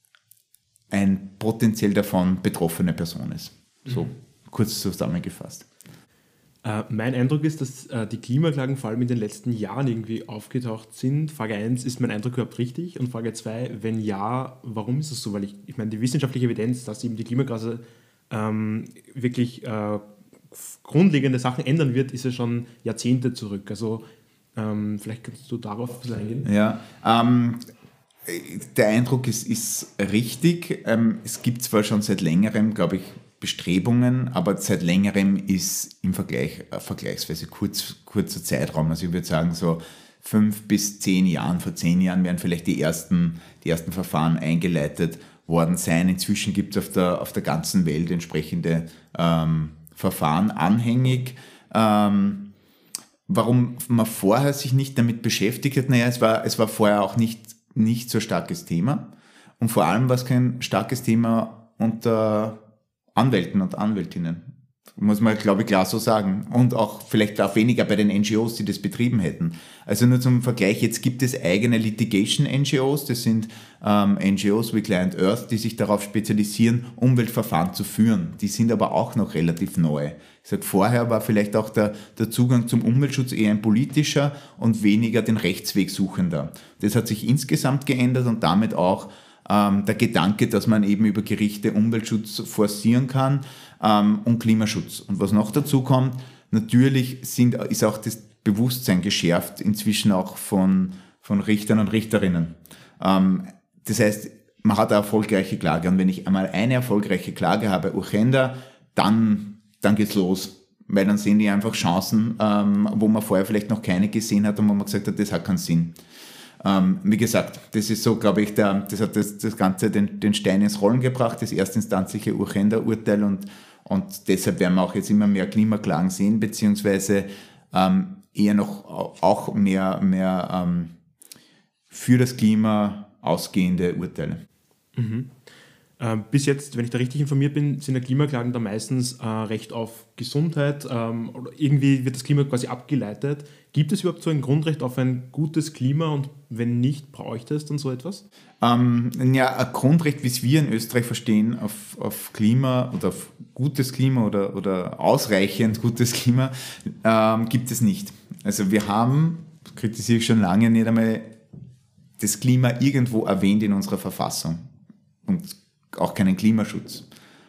ein potenziell davon betroffene Person ist. So kurz zusammengefasst. Mein Eindruck ist, dass die Klimaklagen vor allem in den letzten Jahren irgendwie aufgetaucht sind. Frage 1, ist mein Eindruck überhaupt richtig? Und Frage 2, wenn ja, warum ist es so? Weil ich meine, die wissenschaftliche Evidenz, dass eben die Klimagase wirklich grundlegende Sachen ändern wird, ist ja schon Jahrzehnte zurück. Also vielleicht kannst du darauf eingehen. Ja, der Eindruck ist richtig. Es gibt zwar schon seit längerem, glaube ich, Bestrebungen, aber seit längerem ist im Vergleich vergleichsweise kurzer Zeitraum. Also ich würde sagen, so 5 bis 10 Jahren, vor 10 Jahren werden vielleicht die ersten Verfahren eingeleitet worden sein. Inzwischen gibt es auf der ganzen Welt entsprechende Verfahren anhängig. Warum man vorher sich nicht damit beschäftigt hat, naja, es war vorher auch nicht so ein starkes Thema. Und vor allem war es kein starkes Thema unter Anwälten und Anwältinnen. Muss man, glaube ich, klar so sagen. Und auch vielleicht auch weniger bei den NGOs, die das betrieben hätten. Also nur zum Vergleich, jetzt gibt es eigene Litigation-NGOs, das sind NGOs wie Client Earth, die sich darauf spezialisieren, Umweltverfahren zu führen. Die sind aber auch noch relativ neu. Ich sage, vorher war vielleicht auch der Zugang zum Umweltschutz eher ein politischer und weniger den Rechtsweg suchender. Das hat sich insgesamt geändert und damit auch der Gedanke, dass man eben über Gerichte Umweltschutz forcieren kann und Klimaschutz. Und was noch dazu kommt, natürlich ist auch das Bewusstsein geschärft, inzwischen auch von Richtern und Richterinnen. Das heißt, man hat eine erfolgreiche Klage. Und wenn ich einmal eine erfolgreiche Klage habe, Urgenda, dann geht's los. Weil dann sehen die einfach Chancen, wo man vorher vielleicht noch keine gesehen hat und wo man gesagt hat, das hat keinen Sinn. Wie gesagt, das ist so, glaube ich, das hat das Ganze den Stein ins Rollen gebracht, das erstinstanzliche Urgenda-Urteil und deshalb werden wir auch jetzt immer mehr Klimaklagen sehen, beziehungsweise eher noch auch mehr für das Klima ausgehende Urteile. Mhm. Bis jetzt, wenn ich da richtig informiert bin, sind ja Klimaklagen da meistens Recht auf Gesundheit oder irgendwie wird das Klima quasi abgeleitet. Gibt es überhaupt so ein Grundrecht auf ein gutes Klima und wenn nicht, bräuchte es dann so etwas? Ein Grundrecht, wie es wir in Österreich verstehen, auf Klima oder auf gutes Klima oder ausreichend gutes Klima, gibt es nicht. Also wir haben, kritisiere ich schon lange, nicht einmal das Klima irgendwo erwähnt in unserer Verfassung und auch keinen Klimaschutz.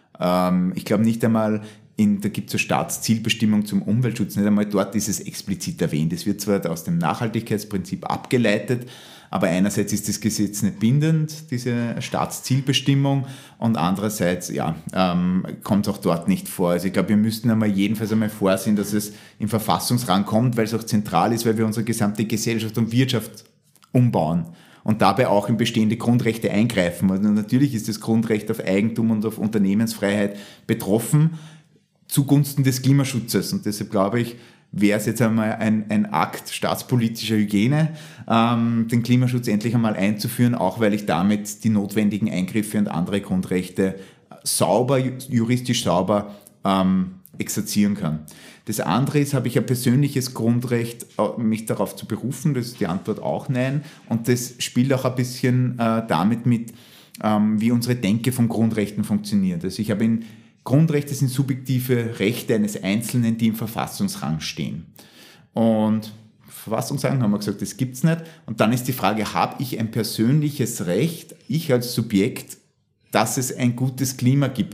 Ich glaube nicht einmal, da gibt es eine Staatszielbestimmung zum Umweltschutz, nicht einmal dort ist es explizit erwähnt. Es wird zwar aus dem Nachhaltigkeitsprinzip abgeleitet, aber einerseits ist das Gesetz nicht bindend, diese Staatszielbestimmung, und andererseits kommt es auch dort nicht vor. Also ich glaube, wir müssten jedenfalls einmal vorsehen, dass es im Verfassungsrang kommt, weil es auch zentral ist, weil wir unsere gesamte Gesellschaft und Wirtschaft umbauen. Und dabei auch in bestehende Grundrechte eingreifen. Also natürlich ist das Grundrecht auf Eigentum und auf Unternehmensfreiheit betroffen zugunsten des Klimaschutzes. Und deshalb glaube ich, wäre es jetzt einmal ein Akt staatspolitischer Hygiene, den Klimaschutz endlich einmal einzuführen, auch weil ich damit die notwendigen Eingriffe und andere Grundrechte juristisch sauber exerzieren kann. Das andere ist, habe ich ein persönliches Grundrecht, mich darauf zu berufen? Das ist die Antwort auch nein. Und das spielt auch ein bisschen damit mit, wie unsere Denke von Grundrechten funktioniert. Also Grundrechte sind subjektive Rechte eines Einzelnen, die im Verfassungsrang stehen. Und Verfassungsrang haben wir gesagt, das gibt es nicht. Und dann ist die Frage, habe ich ein persönliches Recht, ich als Subjekt, dass es ein gutes Klima gibt?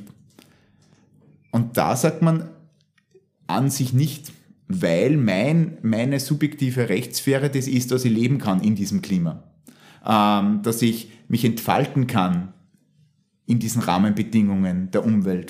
Und da sagt man, an sich nicht, weil meine subjektive Rechtssphäre das ist, dass ich leben kann in diesem Klima. Dass ich mich entfalten kann in diesen Rahmenbedingungen der Umwelt.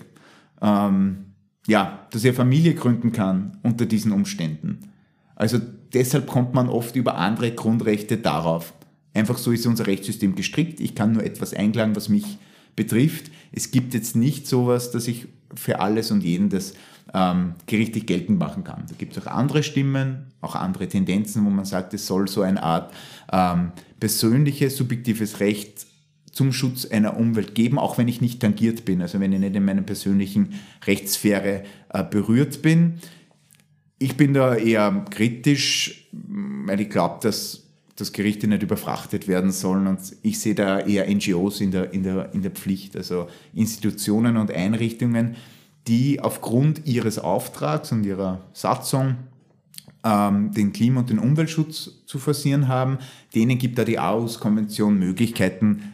Dass er Familie gründen kann unter diesen Umständen. Also deshalb kommt man oft über andere Grundrechte darauf. Einfach so ist unser Rechtssystem gestrickt. Ich kann nur etwas einklagen, was mich betrifft. Es gibt jetzt nicht sowas, dass ich für alles und jeden das gerichtlich geltend machen kann. Da gibt es auch andere Stimmen, auch andere Tendenzen, wo man sagt, es soll so eine Art persönliches, subjektives Recht zum Schutz einer Umwelt geben, auch wenn ich nicht tangiert bin, also wenn ich nicht in meiner persönlichen Rechtssphäre berührt bin. Ich bin da eher kritisch, weil ich glaube, dass Gerichte nicht überfrachtet werden sollen, und ich sehe da eher NGOs in der Pflicht, also Institutionen und Einrichtungen, die aufgrund ihres Auftrags und ihrer Satzung den Klima- und den Umweltschutz zu forcieren haben. Denen gibt da die Aarhus-Konvention Möglichkeiten,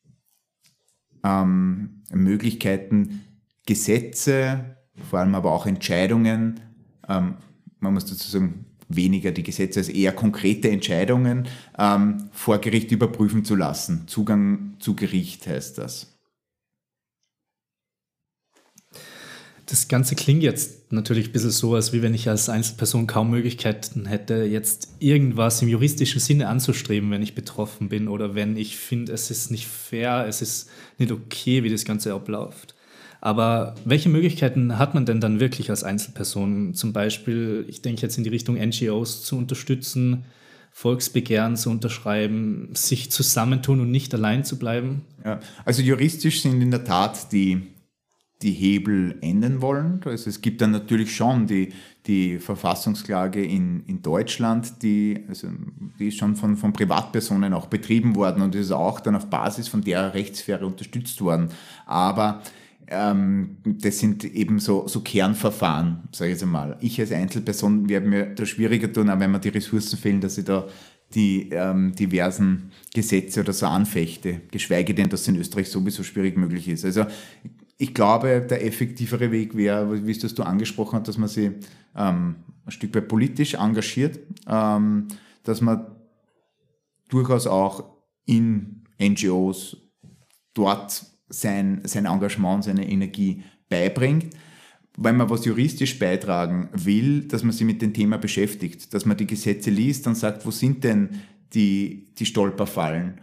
Gesetze, vor allem aber auch Entscheidungen, man muss dazu sagen, weniger die Gesetze als eher konkrete Entscheidungen vor Gericht überprüfen zu lassen. Zugang zu Gericht heißt das. Das Ganze klingt jetzt natürlich ein bisschen so, als wie wenn ich als Einzelperson kaum Möglichkeiten hätte, jetzt irgendwas im juristischen Sinne anzustreben, wenn ich betroffen bin oder wenn ich finde, es ist nicht fair, es ist nicht okay, wie das Ganze abläuft. Aber welche Möglichkeiten hat man denn dann wirklich als Einzelperson? Zum Beispiel, ich denke jetzt in die Richtung NGOs zu unterstützen, Volksbegehren zu unterschreiben, sich zusammentun und nicht allein zu bleiben? Ja, also juristisch sind in der Tat die Hebel enden wollen. Also es gibt dann natürlich schon die Verfassungsklage in Deutschland, die ist schon von Privatpersonen auch betrieben worden und ist auch dann auf Basis von der Rechtssphäre unterstützt worden. Aber das sind eben so Kernverfahren, sage ich jetzt einmal. Ich als Einzelperson werde mir da schwieriger tun, auch wenn mir die Ressourcen fehlen, dass ich da die diversen Gesetze oder so anfechte, geschweige denn, dass es in Österreich sowieso schwierig möglich ist. Also ich glaube, der effektivere Weg wäre, wie es du angesprochen hast, dass man sich ein Stück weit politisch engagiert, dass man durchaus auch in NGOs dort sein Engagement, seine Energie beibringt. Wenn man was juristisch beitragen will, dass man sich mit dem Thema beschäftigt, dass man die Gesetze liest und sagt, wo sind denn die Stolperfallen?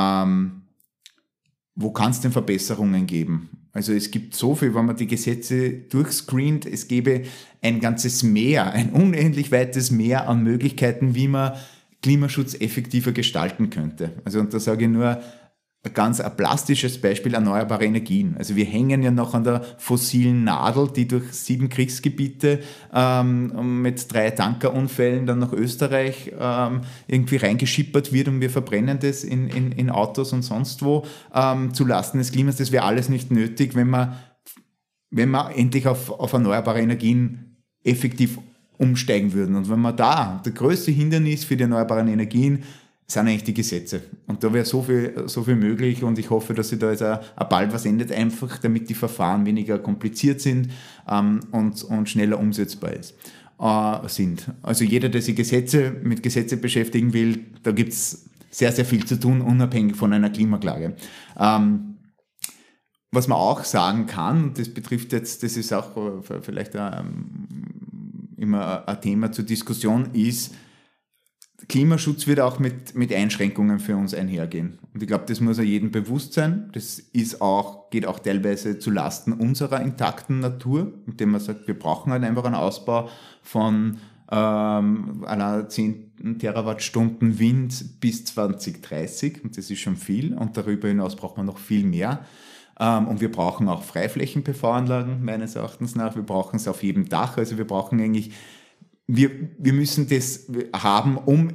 Wo kann es denn Verbesserungen geben? Also es gibt so viel, wenn man die Gesetze durchscreent, es gäbe ein ganzes Meer, ein unendlich weites Meer an Möglichkeiten, wie man Klimaschutz effektiver gestalten könnte. Also und da sage ich nur ein plastisches Beispiel, erneuerbare Energien. Also wir hängen ja noch an der fossilen Nadel, die durch 7 Kriegsgebiete mit 3 Tankerunfällen dann nach Österreich irgendwie reingeschippert wird und wir verbrennen das in Autos und sonst wo zulasten des Klimas. Das wäre alles nicht nötig, wenn man endlich auf erneuerbare Energien effektiv umsteigen würden. Und wenn man da, der größte Hindernis für die erneuerbaren Energien sind eigentlich die Gesetze. Und da wäre so viel möglich und ich hoffe, dass sich da jetzt auch bald was ändert, einfach damit die Verfahren weniger kompliziert sind und schneller umsetzbar sind. Also jeder, der sich mit Gesetze beschäftigen will, da gibt es sehr, sehr viel zu tun, unabhängig von einer Klimaklage. Was man auch sagen kann, und das betrifft jetzt, das ist auch vielleicht immer ein Thema zur Diskussion, ist, Klimaschutz wird auch mit Einschränkungen für uns einhergehen. Und ich glaube, das muss ja jedem bewusst sein. Das geht auch teilweise zu Lasten unserer intakten Natur, indem man sagt, wir brauchen halt einfach einen Ausbau von einer 10 Terawattstunden Wind bis 2030. Und das ist schon viel. Und darüber hinaus braucht man noch viel mehr. Und wir brauchen auch Freiflächen-PV-Anlagen, meines Erachtens nach. Wir brauchen es auf jedem Dach. Also wir brauchen eigentlich wir müssen das haben,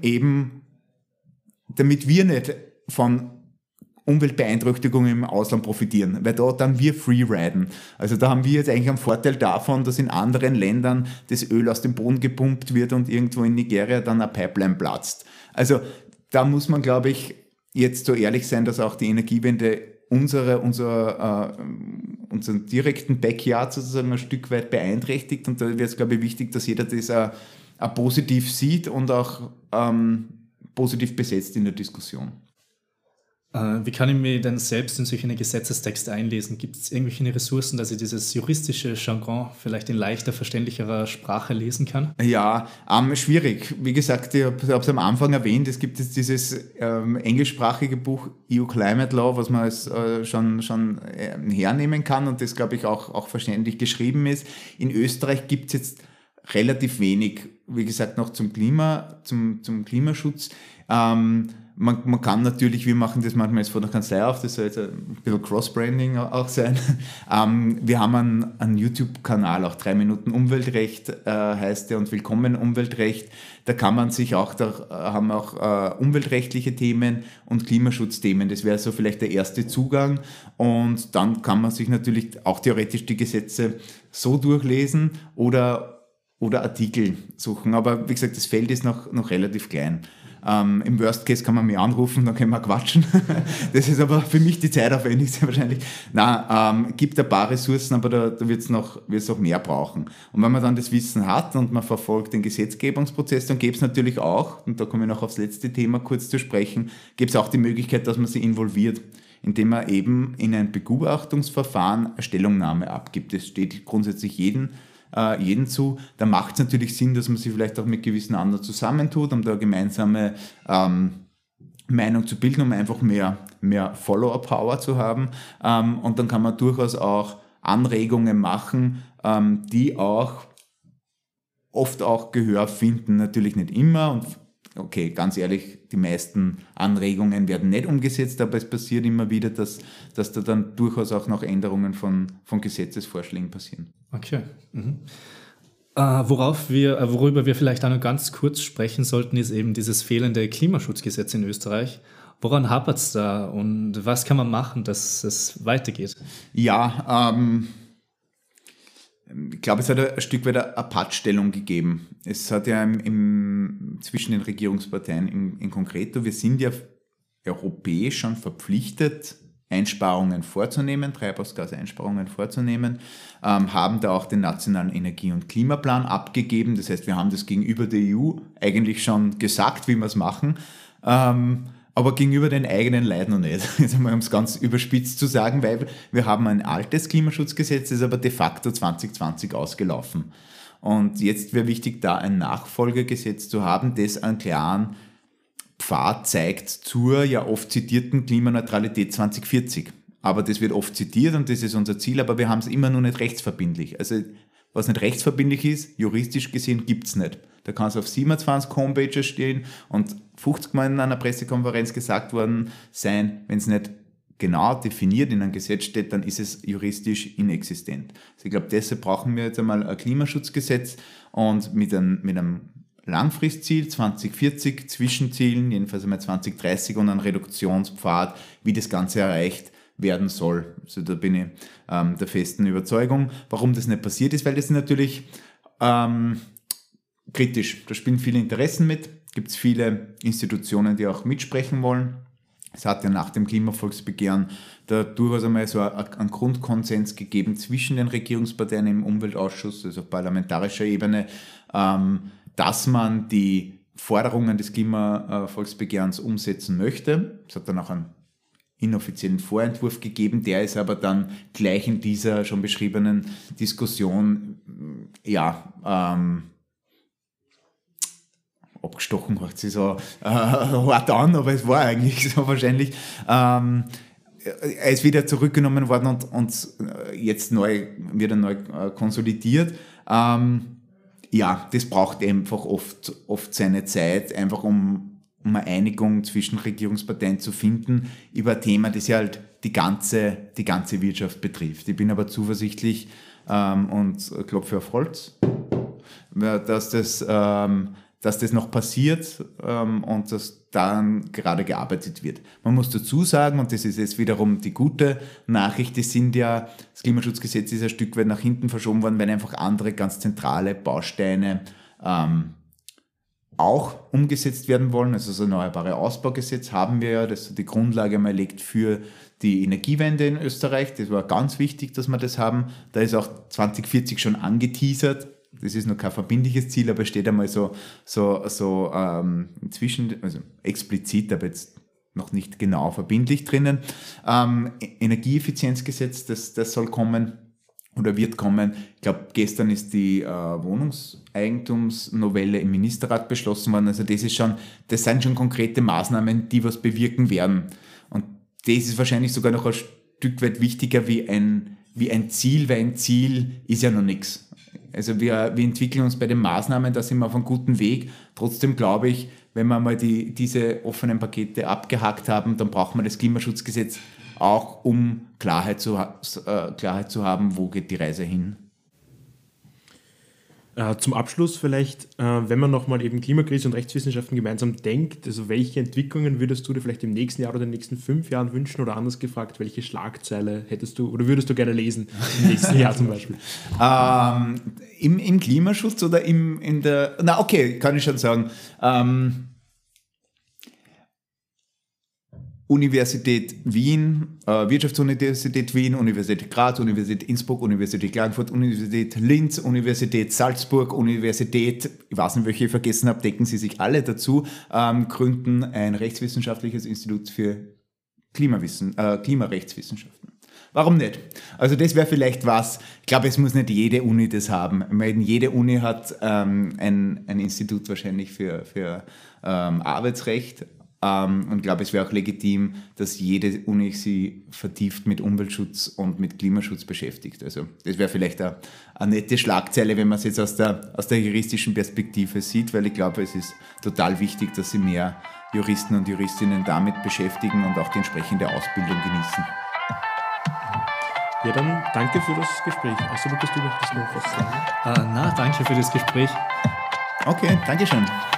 damit wir nicht von Umweltbeeinträchtigungen im Ausland profitieren, weil da dann wir freeriden. Also da haben wir jetzt eigentlich einen Vorteil davon, dass in anderen Ländern das Öl aus dem Boden gepumpt wird und irgendwo in Nigeria dann eine Pipeline platzt. Also da muss man, glaube ich, jetzt so ehrlich sein, dass auch die Energiewende unseren direkten Backyard sozusagen ein Stück weit beeinträchtigt und da wäre es, glaube ich, wichtig, dass jeder das auch positiv sieht und auch positiv besetzt in der Diskussion. Wie kann ich mich denn selbst in solche Gesetzestexte einlesen? Gibt es irgendwelche Ressourcen, dass ich dieses juristische Jargon vielleicht in leichter, verständlicherer Sprache lesen kann? Ja, schwierig. Wie gesagt, ich habe es am Anfang erwähnt, es gibt jetzt dieses englischsprachige Buch EU Climate Law, was man als, schon hernehmen kann und das, glaube ich, auch verständlich geschrieben ist. In Österreich gibt es jetzt relativ wenig, wie gesagt, noch zum Klimaschutz. Man kann natürlich, wir machen das manchmal jetzt vor der Kanzlei auf, das soll jetzt ein bisschen Cross-Branding auch sein. Wir haben einen YouTube-Kanal, auch 3 Minuten Umweltrecht heißt der und Willkommen Umweltrecht. Da kann man sich auch, da haben wir auch umweltrechtliche Themen und Klimaschutzthemen. Das wäre so vielleicht der erste Zugang. Und dann kann man sich natürlich auch theoretisch die Gesetze so durchlesen oder Artikel suchen. Aber wie gesagt, das Feld ist noch relativ klein. Im Worst Case kann man mich anrufen, dann können wir quatschen. Das ist aber für mich die zeitaufwendigste wahrscheinlich. Gibt ein paar Ressourcen, aber da wird es noch mehr brauchen. Und wenn man dann das Wissen hat und man verfolgt den Gesetzgebungsprozess, dann gäbe es natürlich auch, und da komme ich noch aufs letzte Thema kurz zu sprechen, gäbe es auch die Möglichkeit, dass man sich involviert, indem man eben in ein Begutachtungsverfahren eine Stellungnahme abgibt. Das steht grundsätzlich jeden zu. Da macht es natürlich Sinn, dass man sich vielleicht auch mit gewissen anderen zusammentut, um da eine gemeinsame Meinung zu bilden, um einfach mehr Follower-Power zu haben. Und dann kann man durchaus auch Anregungen machen, die auch oft auch Gehör finden. Natürlich nicht immer und okay, ganz ehrlich, die meisten Anregungen werden nicht umgesetzt, aber es passiert immer wieder, dass da dann durchaus auch noch Änderungen von Gesetzesvorschlägen passieren. Okay. Mhm. Worüber wir vielleicht auch noch ganz kurz sprechen sollten, ist eben dieses fehlende Klimaschutzgesetz in Österreich. Woran hapert es da und was kann man machen, dass es weitergeht? Ja, ich glaube, es hat ein Stück weit eine Pattstellung gegeben. Es hat ja zwischen den Regierungsparteien in Konkreto, wir sind ja europäisch schon verpflichtet, Einsparungen vorzunehmen, Treibhausgaseinsparungen vorzunehmen, haben da auch den nationalen Energie- und Klimaplan abgegeben. Das heißt, wir haben das gegenüber der EU eigentlich schon gesagt, wie wir es machen, aber gegenüber den eigenen Leuten noch nicht. Jetzt einmal, um es ganz überspitzt zu sagen, weil wir haben ein altes Klimaschutzgesetz, das ist aber de facto 2020 ausgelaufen. Und jetzt wäre wichtig, da ein Nachfolgegesetz zu haben, das einen klaren Pfad zeigt zur ja oft zitierten Klimaneutralität 2040. Aber das wird oft zitiert und das ist unser Ziel, aber wir haben es immer noch nicht rechtsverbindlich. Also was nicht rechtsverbindlich ist, juristisch gesehen gibt es nicht. Da kann es auf 27 Homepages stehen und 50 Mal in einer Pressekonferenz gesagt worden sein, wenn es nicht genau definiert in einem Gesetz steht, dann ist es juristisch inexistent. Also ich glaube, deshalb brauchen wir jetzt einmal ein Klimaschutzgesetz und mit einem Langfristziel 2040, Zwischenzielen, jedenfalls einmal 2030 und einen Reduktionspfad, wie das Ganze erreicht werden soll. Also da bin ich der festen Überzeugung. Warum das nicht passiert ist, weil das natürlich kritisch. Da spielen viele Interessen mit. Gibt es viele Institutionen, die auch mitsprechen wollen. Es hat ja nach dem Klimavolksbegehren da durchaus einmal so einen Grundkonsens gegeben zwischen den Regierungsparteien im Umweltausschuss, also auf parlamentarischer Ebene, dass man die Forderungen des Klimavolksbegehrens umsetzen möchte. Es hat dann auch einen inoffiziellen Vorentwurf gegeben, der ist aber dann gleich in dieser schon beschriebenen Diskussion abgestochen, hört sich so hart an, aber es war eigentlich so wahrscheinlich. Er ist wieder zurückgenommen worden und jetzt wird er neu konsolidiert. Das braucht einfach oft seine Zeit, einfach um eine Einigung zwischen Regierungsparteien zu finden über ein Thema, das ja halt die ganze Wirtschaft betrifft. Ich bin aber zuversichtlich und klopfe auf Holz, dass das noch passiert und dass daran gerade gearbeitet wird. Man muss dazu sagen, und das ist jetzt wiederum die gute Nachricht, das Klimaschutzgesetz ist ein Stück weit nach hinten verschoben worden, weil einfach andere ganz zentrale Bausteine auch umgesetzt werden wollen. Also das Erneuerbare Ausbaugesetz haben wir ja, das die Grundlage mal legt für die Energiewende in Österreich. Das war ganz wichtig, dass wir das haben. Da ist auch 2040 schon angeteasert. Das ist noch kein verbindliches Ziel, aber es steht einmal so inzwischen, also explizit, aber jetzt noch nicht genau verbindlich drinnen. Energieeffizienzgesetz, das soll kommen oder wird kommen. Ich glaube, gestern ist die Wohnungseigentumsnovelle im Ministerrat beschlossen worden. Also das sind schon konkrete Maßnahmen, die was bewirken werden. Und das ist wahrscheinlich sogar noch ein Stück weit wichtiger wie ein Ziel, weil ein Ziel ist ja noch nichts. Also wir entwickeln uns bei den Maßnahmen, da sind wir auf einem guten Weg. Trotzdem glaube ich, wenn wir mal diese offenen Pakete abgehakt haben, dann braucht man das Klimaschutzgesetz auch, um Klarheit zu haben, wo geht die Reise hin. Zum Abschluss vielleicht, wenn man nochmal eben Klimakrise und Rechtswissenschaften gemeinsam denkt, also welche Entwicklungen würdest du dir vielleicht im nächsten Jahr oder in den nächsten 5 Jahren wünschen, oder anders gefragt, welche Schlagzeile hättest du oder würdest du gerne lesen im nächsten Jahr zum Beispiel? Im Klimaschutz oder kann ich schon sagen. Universität Wien, Wirtschaftsuniversität Wien, Universität Graz, Universität Innsbruck, Universität Klagenfurt, Universität Linz, Universität Salzburg, Universität, ich weiß nicht, welche ich vergessen habe, decken Sie sich alle dazu, gründen ein rechtswissenschaftliches Institut für Klimarechtswissenschaften. Warum nicht? Also das wäre vielleicht was, ich glaube, es muss nicht jede Uni das haben. Ich meine, jede Uni hat ein Institut wahrscheinlich für Arbeitsrecht. Und ich glaube, es wäre auch legitim, dass jede Uni sich vertieft mit Umweltschutz und mit Klimaschutz beschäftigt. Also das wäre vielleicht eine nette Schlagzeile, wenn man es jetzt aus der juristischen Perspektive sieht, weil ich glaube, es ist total wichtig, dass sich mehr Juristen und Juristinnen damit beschäftigen und auch die entsprechende Ausbildung genießen. Ja, dann danke für das Gespräch. Also, Lukas, du möchtest noch was sagen? Danke für das Gespräch. Okay, danke schön.